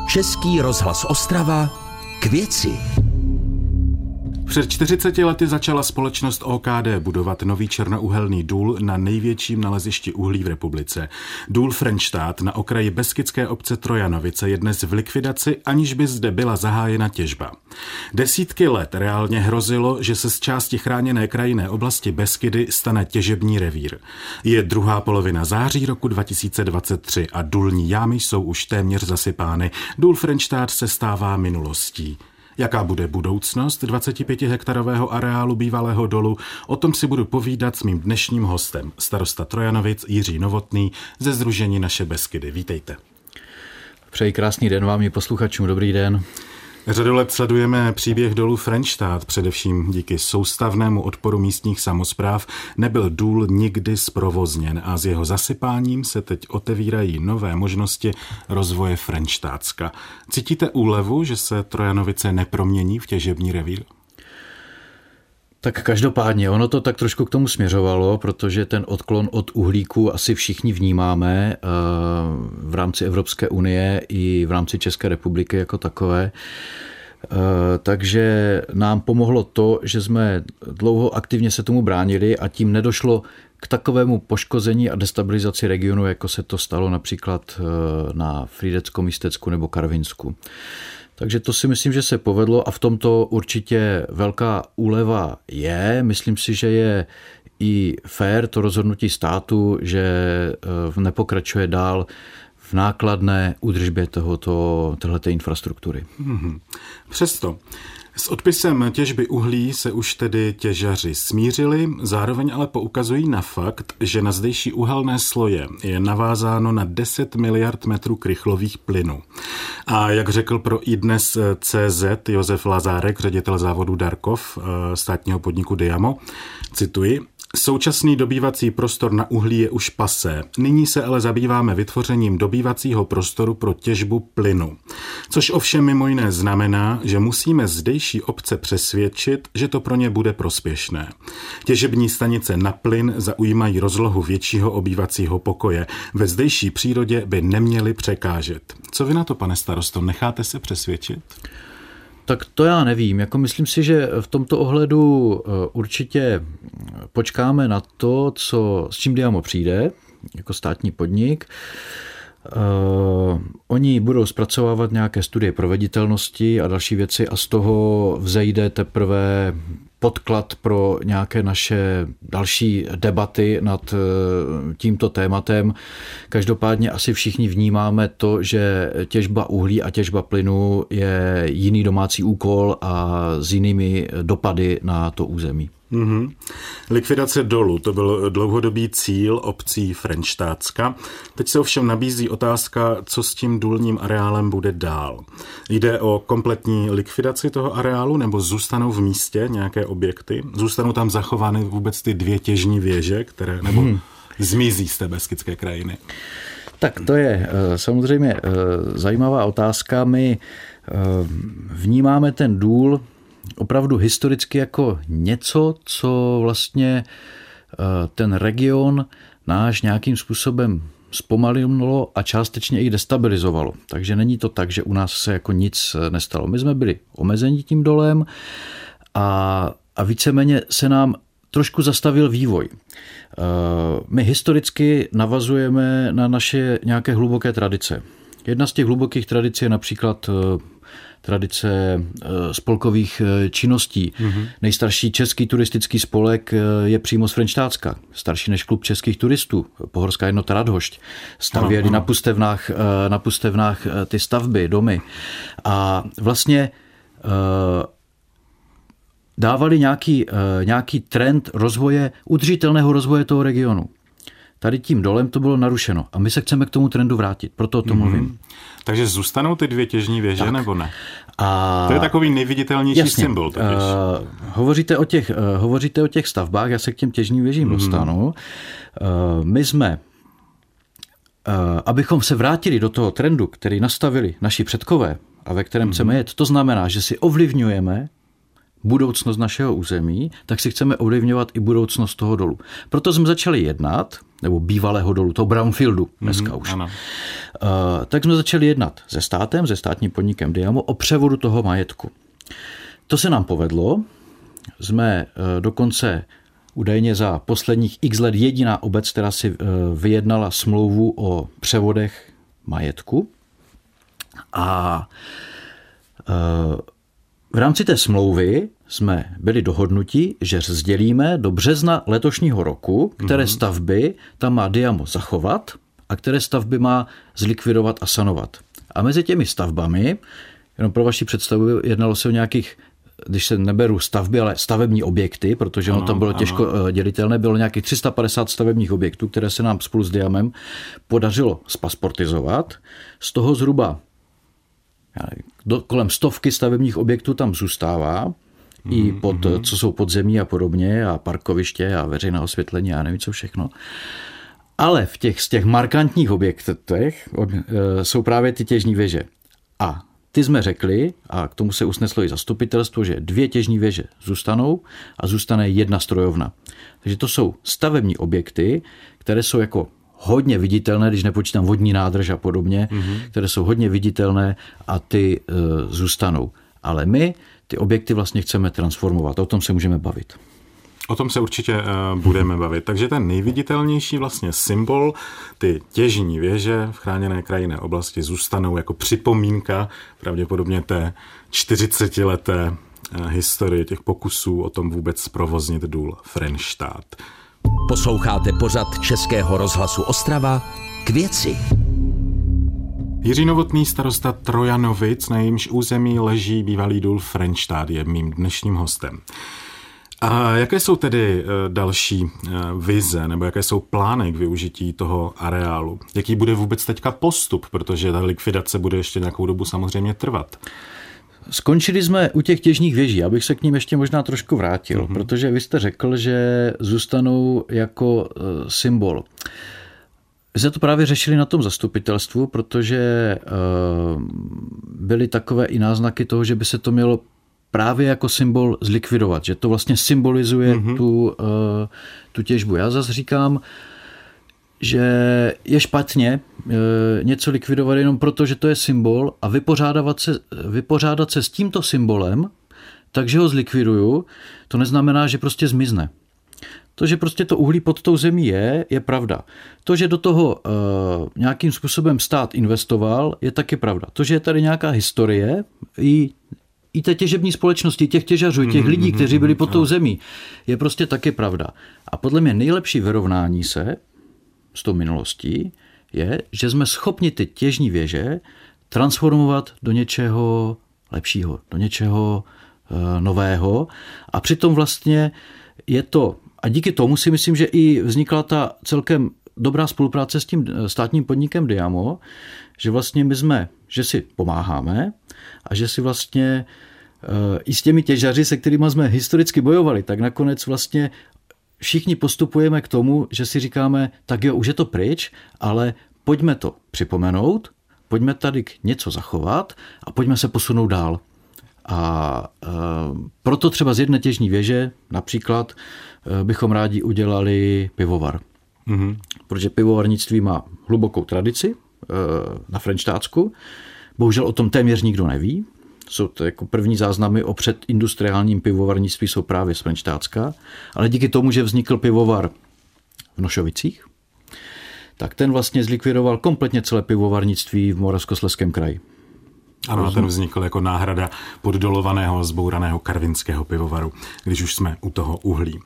Český rozhlas Ostrava k věci. Před 40 lety začala společnost OKD budovat nový černouhelný důl na největším nalezišti uhlí v republice. Důl Frenštát na okraji beskydské obce Trojanovice je dnes v likvidaci, aniž by zde byla zahájena těžba. Desítky let reálně hrozilo, že se z části chráněné krajinné oblasti Beskydy stane těžební revír. Je druhá polovina září roku 2023 a důlní jámy jsou už téměř zasypány. Důl Frenštát se stává minulostí. Jaká bude budoucnost 25-hektarového areálu bývalého dolu? O tom si budu povídat s mým dnešním hostem, starosta Trojanovic Jiří Novotný ze sdružení Naše Beskydy. Vítejte. Přeji krásný den vám i posluchačům. Dobrý den. Řadu let sledujeme příběh dolu Frenštát, především díky soustavnému odporu místních samospráv nebyl důl nikdy zprovozněn a s jeho zasypáním se teď otevírají nové možnosti rozvoje Frenštátska. Cítíte úlevu, že se Trojanovice nepromění v těžební revír? Tak každopádně, ono to tak trošku k tomu směřovalo, protože ten odklon od uhlíku asi všichni vnímáme v rámci Evropské unie i v rámci České republiky jako takové. Takže nám pomohlo to, že jsme dlouho aktivně se tomu bránili a tím nedošlo k takovému poškození a destabilizaci regionu, jako se to stalo například na Frýdecko-Místecku nebo Karvinsku. Takže to si myslím, že se povedlo a v tomto určitě velká úleva je. Myslím si, že je i fér to rozhodnutí státu, že nepokračuje dál v nákladné údržbě téhleté infrastruktury. Přesto s odpisem těžby uhlí se už tedy těžaři smířili, zároveň ale poukazují na fakt, že na zdejší uhelné sloje je navázáno na 10 miliard metrů krychlových plynů. A jak řekl pro iDnes.cz Josef Lazárek, ředitel závodu Darkov, státního podniku Diamo, cituji, současný dobývací prostor na uhlí je už pasé. Nyní se ale zabýváme vytvořením dobývacího prostoru pro těžbu plynu. Což ovšem mimo jiné znamená, že musíme zdejší obce přesvědčit, že to pro ně bude prospěšné. Těžební stanice na plyn zaujímají rozlohu většího obývacího pokoje. Ve zdejší přírodě by neměly překážet. Co vy na to, pane starosto, necháte se přesvědčit? Tak to já nevím. Myslím si, že v tomto ohledu určitě počkáme na to, s čím Diamo přijde, jako státní podnik. Oni budou zpracovávat nějaké studie proveditelnosti a další věci a z toho vzejde teprve podklad pro nějaké naše další debaty nad tímto tématem. Každopádně asi všichni vnímáme to, že těžba uhlí a těžba plynu je jiný domácí úkol a s jinými dopady na to území. Likvidace dolu, to byl dlouhodobý cíl obcí Frenštátska. Teď se ovšem nabízí otázka, co s tím důlním areálem bude dál. Jde o kompletní likvidaci toho areálu nebo zůstanou v místě nějaké objekty? Zůstanou tam zachovány vůbec ty 2 těžní věže, které nebo zmizí z té beskydské krajiny? Tak to je samozřejmě zajímavá otázka. My vnímáme ten důl opravdu historicky jako něco, co vlastně ten region náš nějakým způsobem zpomalilo a částečně i destabilizovalo. Takže není to tak, že u nás se jako nic nestalo. My jsme byli omezeni tím dolem a víceméně se nám trošku zastavil vývoj. My historicky navazujeme na naše nějaké hluboké tradice. Jedna z těch hlubokých tradic je například tradice spolkových činností. Nejstarší český turistický spolek je přímo z Frenštátska, starší než klub českých turistů, Pohorská jednota Radhošť. Stavěli na pustevnách ty stavby, domy. A vlastně dávali nějaký trend rozvoje, udržitelného rozvoje toho regionu. Tady tím dolem to bylo narušeno a my se chceme k tomu trendu vrátit, proto o tom mluvím. Takže zůstanou ty 2 těžní věže, nebo ne? To je takový nejviditelnější symbol. Hovoříte o těch stavbách, já se k těm těžním věžím dostanu. My jsme, abychom se vrátili do toho trendu, který nastavili naši předkové a ve kterém chceme jet, to znamená, že si ovlivňujeme budoucnost našeho území, tak si chceme ovlivňovat i budoucnost toho dolu. Proto jsme začali jednat, nebo bývalého dolu, toho brownfieldu dneska už. Ano. Tak jsme začali jednat se státem, se státním podnikem Diamo o převodu toho majetku. To se nám povedlo. Jsme dokonce údajně za posledních x let jediná obec, která si vyjednala smlouvu o převodech majetku. A v rámci té smlouvy jsme byli dohodnuti, že sdělíme do března letošního roku, které stavby tam má Diamo zachovat a které stavby má zlikvidovat a sanovat. A mezi těmi stavbami, jenom pro vaši představu, jednalo se o nějakých, když se neberu stavby, ale stavební objekty, protože ono tam bylo těžko dělitelné, bylo nějakých 350 stavebních objektů, které se nám spolu s Diamem podařilo spasportizovat. Z toho zhruba kolem 100 stavebních objektů tam zůstává, i pod, co jsou podzemí a podobně, a parkoviště a veřejné osvětlení a nevím co všechno. Ale z těch markantních objektech jsou právě ty těžní věže. A ty jsme řekli, a k tomu se usneslo i zastupitelstvo, že 2 těžní věže zůstanou a zůstane 1 strojovna. Takže to jsou stavební objekty, které jsou jako hodně viditelné, když nepočítám vodní nádrž a podobně, které jsou hodně viditelné a ty zůstanou. Ale my ty objekty vlastně chceme transformovat. O tom se můžeme bavit. O tom se určitě budeme bavit. Takže ten nejviditelnější vlastně symbol, ty těžní věže v chráněné krajinné oblasti zůstanou jako připomínka pravděpodobně té 40leté historie těch pokusů o tom vůbec zprovoznit důl Frenštát. Posloucháte pořad Českého rozhlasu Ostrava K věci. Jiří Novotný, starosta Trojanovic, na jejímž území leží bývalý důl Frenštát, je mým dnešním hostem. A jaké jsou tedy další vize, nebo jaké jsou plány k využití toho areálu? Jaký bude vůbec teďka postup, protože ta likvidace bude ještě nějakou dobu samozřejmě trvat? Skončili jsme u těch těžních věží, abych se k ním ještě možná trošku vrátil, protože vy jste řekl, že zůstanou jako symbol. My jsme to právě řešili na tom zastupitelstvu, protože byly takové i náznaky toho, že by se to mělo právě jako symbol zlikvidovat, že to vlastně symbolizuje tu těžbu. Já zase říkám, že je špatně něco likvidovat jenom proto, že to je symbol a vypořádat se s tímto symbolem, takže ho zlikviduju, to neznamená, že prostě zmizne. To, že prostě to uhlí pod tou zemí je pravda. To, že do toho nějakým způsobem stát investoval, je taky pravda. To, že je tady nějaká historie i té těžební společnosti, těch těžařů, těch lidí, kteří byli pod tou zemí, je prostě taky pravda. A podle mě nejlepší vyrovnání se s tou minulostí je, že jsme schopni ty těžní věže transformovat do něčeho lepšího, do něčeho nového. A přitom vlastně je to, a díky tomu si myslím, že i vznikla ta celkem dobrá spolupráce s tím státním podnikem Diamo, že vlastně že si pomáháme a že si vlastně i s těmi těžaři, se kterými jsme historicky bojovali, tak nakonec vlastně všichni postupujeme k tomu, že si říkáme, tak jo, už je to pryč, ale pojďme to připomenout, pojďme tady něco zachovat a pojďme se posunout dál. A proto třeba z jedné těžní věže například bychom rádi udělali pivovar. Protože pivovarnictví má hlubokou tradici na Frenštátsku. Bohužel o tom téměř nikdo neví. Jsou to jako první záznamy o předindustriálním pivovarnictví jsou právě z Frenštátska. Ale díky tomu, že vznikl pivovar v Nošovicích, tak ten vlastně zlikvidoval kompletně celé pivovarnictví v Moravskoslezském kraji. Ano, ten vznikl jako náhrada poddolovaného zbouraného karvinského pivovaru, když už jsme u toho uhlí.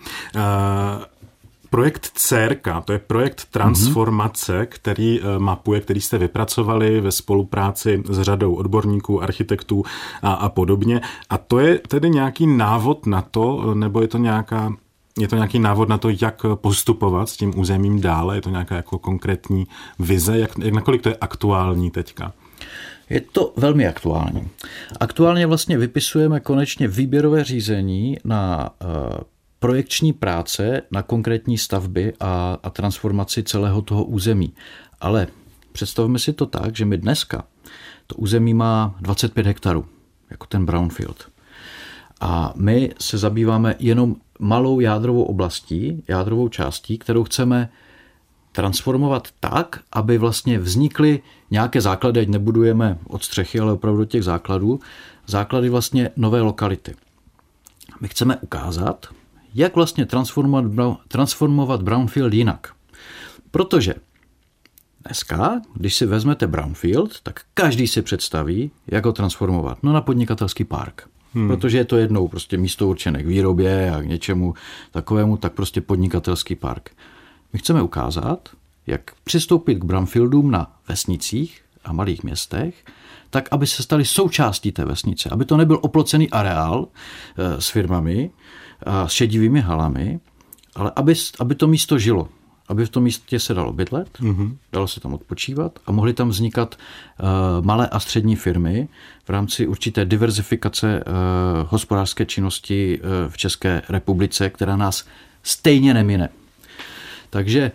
Projekt CERKA, to je projekt transformace, který mapuje, který jste vypracovali ve spolupráci s řadou odborníků, architektů a podobně. A to je tedy nějaký návod na to, nebo je to nějaký návod na to, jak postupovat s tím územím dále? Je to nějaká jako konkrétní vize? Jak nakolik to je aktuální teďka? Je to velmi aktuální. Aktuálně vlastně vypisujeme konečně výběrové řízení na projekční práce na konkrétní stavby a transformaci celého toho území. Ale představme si to tak, že my dneska to území má 25 hektarů, jako ten brownfield. A my se zabýváme jenom malou jádrovou oblastí, jádrovou částí, kterou chceme transformovat tak, aby vlastně vznikly nějaké základy, ať nebudujeme od střechy, ale opravdu těch základů, základy vlastně nové lokality. My chceme ukázat, jak vlastně transformovat brownfield jinak. Protože dneska, když si vezmete brownfield, tak každý si představí, jak ho transformovat. No na podnikatelský park. Protože je to jednou prostě místo určené k výrobě a k něčemu takovému, tak prostě podnikatelský park. My chceme ukázat, jak přistoupit k brownfieldům na vesnicích a malých městech, tak, aby se stali součástí té vesnice. Aby to nebyl oplocený areál s firmami a s šedivými halami, ale aby to místo žilo. Aby v tom místě se dalo bydlet, dalo se tam odpočívat a mohly tam vznikat malé a střední firmy v rámci určité diverzifikace hospodářské činnosti v České republice, která nás stejně nemine. Takže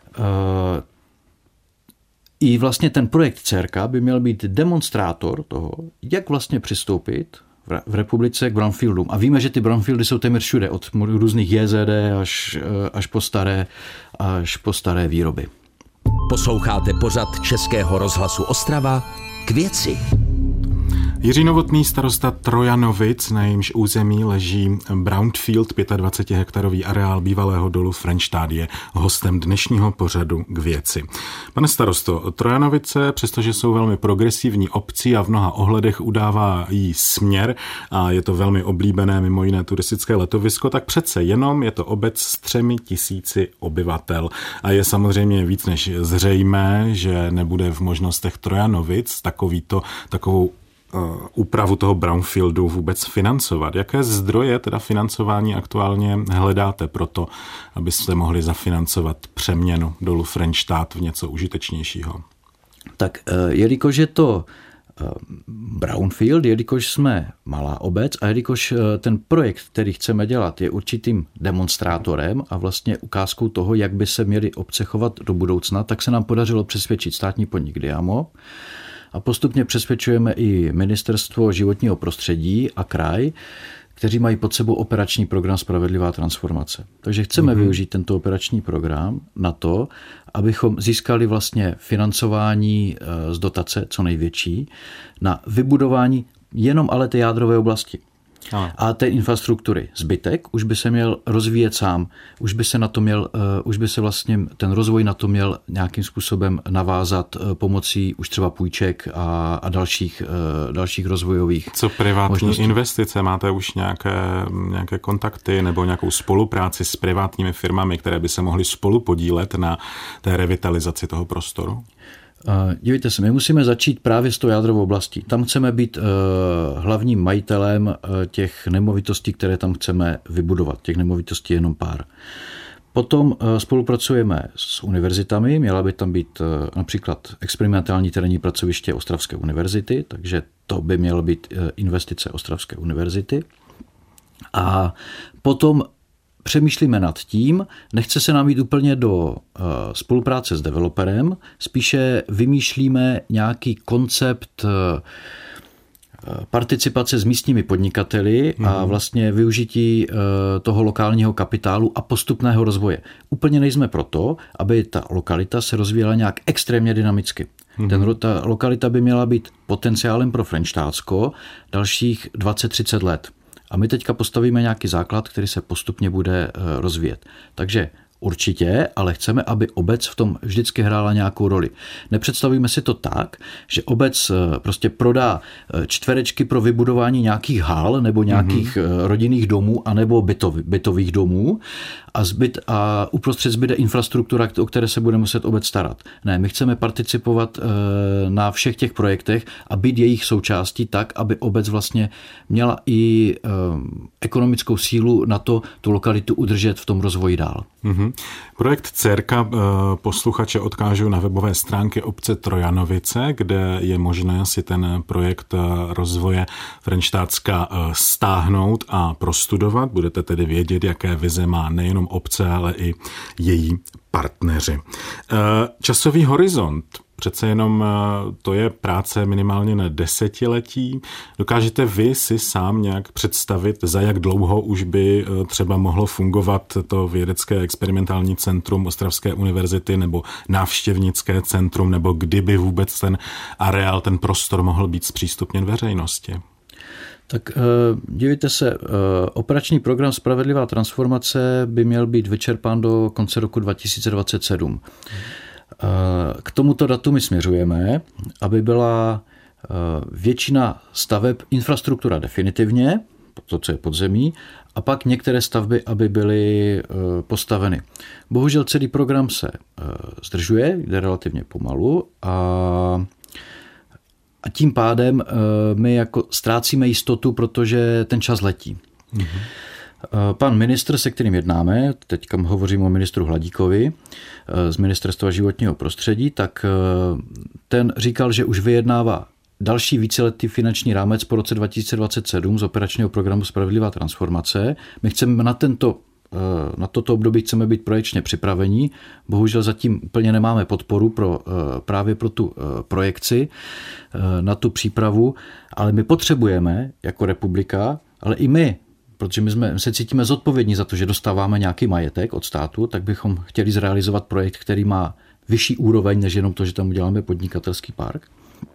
i vlastně ten projekt CERKA by měl být demonstrátor toho, jak vlastně přistoupit v republice k brownfieldům. A víme, že ty brownfieldy jsou téměř všude, od různých JZD až po staré výroby. Posloucháte pořad Českého rozhlasu Ostrava K věci. Jiří Novotný, starosta Trojanovic, na jejímž území leží brownfield, 25-hektarový areál bývalého dolu Frenštát, je hostem dnešního pořadu K věci. Pane starosto, Trojanovice, přestože jsou velmi progresivní obcí a v mnoha ohledech udává jí směr a je to velmi oblíbené mimo jiné turistické letovisko, tak přece jenom je to obec s 3 000 obyvatel a je samozřejmě víc než zřejmé, že nebude v možnostech Trojanovic takovou úpravu toho brownfieldu vůbec financovat. Jaké zdroje teda financování aktuálně hledáte pro to, abyste mohli zafinancovat přeměnu dolu Frenštát v něco užitečnějšího? Tak jelikož je to brownfield, jelikož jsme malá obec a jelikož ten projekt, který chceme dělat, je určitým demonstrátorem a vlastně ukázkou toho, jak by se měly obce chovat do budoucna, tak se nám podařilo přesvědčit státní podnik Diamo a postupně přesvědčujeme i Ministerstvo životního prostředí a kraj, kteří mají pod sebou operační program Spravedlivá transformace. Takže chceme využít tento operační program na to, abychom získali vlastně financování z dotace, co největší, na vybudování jenom ale té jádrové oblasti. A té infrastruktury. Zbytek už by se měl rozvíjet sám, už by se vlastně ten rozvoj na to měl nějakým způsobem navázat pomocí už třeba půjček a dalších rozvojových. Co privátní možností. Investice? Máte už nějaké kontakty nebo nějakou spolupráci s privátními firmami, které by se mohly spolu podílet na té revitalizaci toho prostoru? Dívejte se, my musíme začít právě s tou jádrovou oblastí. Tam chceme být hlavním majitelem těch nemovitostí, které tam chceme vybudovat. Těch nemovitostí je jenom pár. Potom spolupracujeme s univerzitami, měla by tam být například experimentální terénní pracoviště Ostravské univerzity, takže to by měla být investice Ostravské univerzity. A potom přemýšlíme nad tím, nechce se nám jít úplně do spolupráce s developerem, spíše vymýšlíme nějaký koncept participace s místními podnikateli a vlastně využití toho lokálního kapitálu a postupného rozvoje. Úplně nejsme proto, aby ta lokalita se rozvíjela nějak extrémně dynamicky. Ta lokalita by měla být potenciálem pro Frenštátsko dalších 20-30 let. A my teďka postavíme nějaký základ, který se postupně bude rozvíjet. Takže určitě, ale chceme, aby obec v tom vždycky hrála nějakou roli. Nepředstavíme si to tak, že obec prostě prodá čtverečky pro vybudování nějakých hal nebo nějakých rodinných domů anebo bytových domů a uprostřed zbyde infrastruktura, o které se bude muset obec starat. Ne, my chceme participovat na všech těch projektech a být jejich součástí tak, aby obec vlastně měla i ekonomickou sílu na to tu lokalitu udržet v tom rozvoji dál. Projekt CERKA posluchače odkážu na webové stránky obce Trojanovice, kde je možné si ten projekt rozvoje Frenštátska stáhnout a prostudovat. Budete tedy vědět, jaké vize má nejenom obce, ale i její partneři. Časový horizont Přece jenom to je práce minimálně na desetiletí. Dokážete vy si sám nějak představit, za jak dlouho už by třeba mohlo fungovat to vědecké experimentální centrum Ostravské univerzity nebo návštěvnické centrum, nebo kdyby vůbec ten areál, ten prostor mohl být zpřístupněn veřejnosti? Tak dívejte se, operační program Spravedlivá transformace by měl být vyčerpán do konce roku 2027. K tomuto datu my směřujeme, aby byla většina staveb infrastruktura definitivně, to, co je podzemí, a pak některé stavby, aby byly postaveny. Bohužel celý program se zdržuje, jde relativně pomalu a tím pádem my jako ztrácíme jistotu, protože ten čas letí. Mm-hmm. Pan ministr, se kterým jednáme, teďka hovořím o ministru Hladíkovi z Ministerstva životního prostředí, tak ten říkal, že už vyjednává další víceletý finanční rámec po roce 2027 z operačního programu Spravedlivá transformace. My chceme na toto období chceme být projekčně připraveni. Bohužel zatím úplně nemáme podporu právě pro tu projekci, na tu přípravu, ale my potřebujeme jako republika, ale i my, protože my se cítíme zodpovědní za to, že dostáváme nějaký majetek od státu, tak bychom chtěli zrealizovat projekt, který má vyšší úroveň, než jenom to, že tam uděláme podnikatelský park.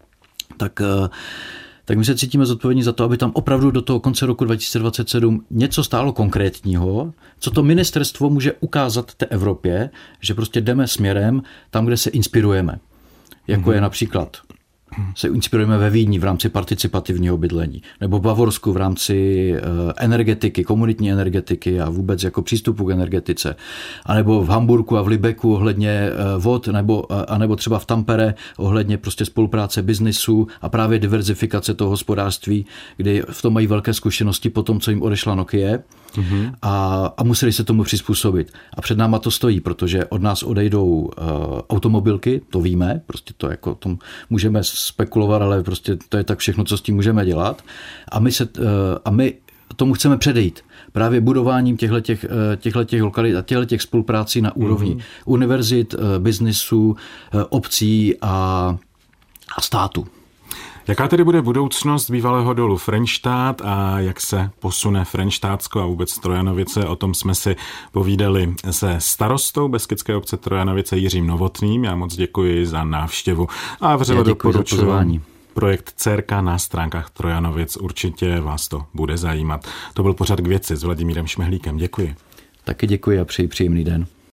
Tak my se cítíme zodpovědní za to, aby tam opravdu do toho konce roku 2027 něco stálo konkrétního, co to ministerstvo může ukázat té Evropě, že prostě jdeme směrem tam, kde se inspirujeme. Jako je například se inspirujeme ve Vídni v rámci participativního bydlení, nebo v Bavorsku v rámci energetiky, komunitní energetiky a vůbec jako přístupu k energetice, anebo v Hamburku a v Lübecku ohledně vod, anebo třeba v Tampere ohledně prostě spolupráce biznisu a právě diverzifikace toho hospodářství, kdy v tom mají velké zkušenosti po tom, co jim odešla Nokia a museli se tomu přizpůsobit. A před náma to stojí, protože od nás odejdou automobilky, to víme, prostě to jako tom můžeme spekulovat, ale prostě to je tak všechno, co s tím můžeme dělat. A my tomu chceme předejít. Právě budováním těchto lokalit a těchto spoluprácí na úrovni univerzit, biznisu, obcí a státu. Jaká tedy bude budoucnost bývalého dolu Frenštát a jak se posune Frenštátsko a vůbec Trojanovice? O tom jsme si povídali se starostou Beskydské obce Trojanovice Jiřím Novotným. Já moc děkuji za návštěvu a vřele doporučuji projekt CERKA na stránkách Trojanovic. Určitě vás to bude zajímat. To byl pořad K věci s Vladimírem Šmehlíkem. Děkuji. Taky děkuji a přeji příjemný den.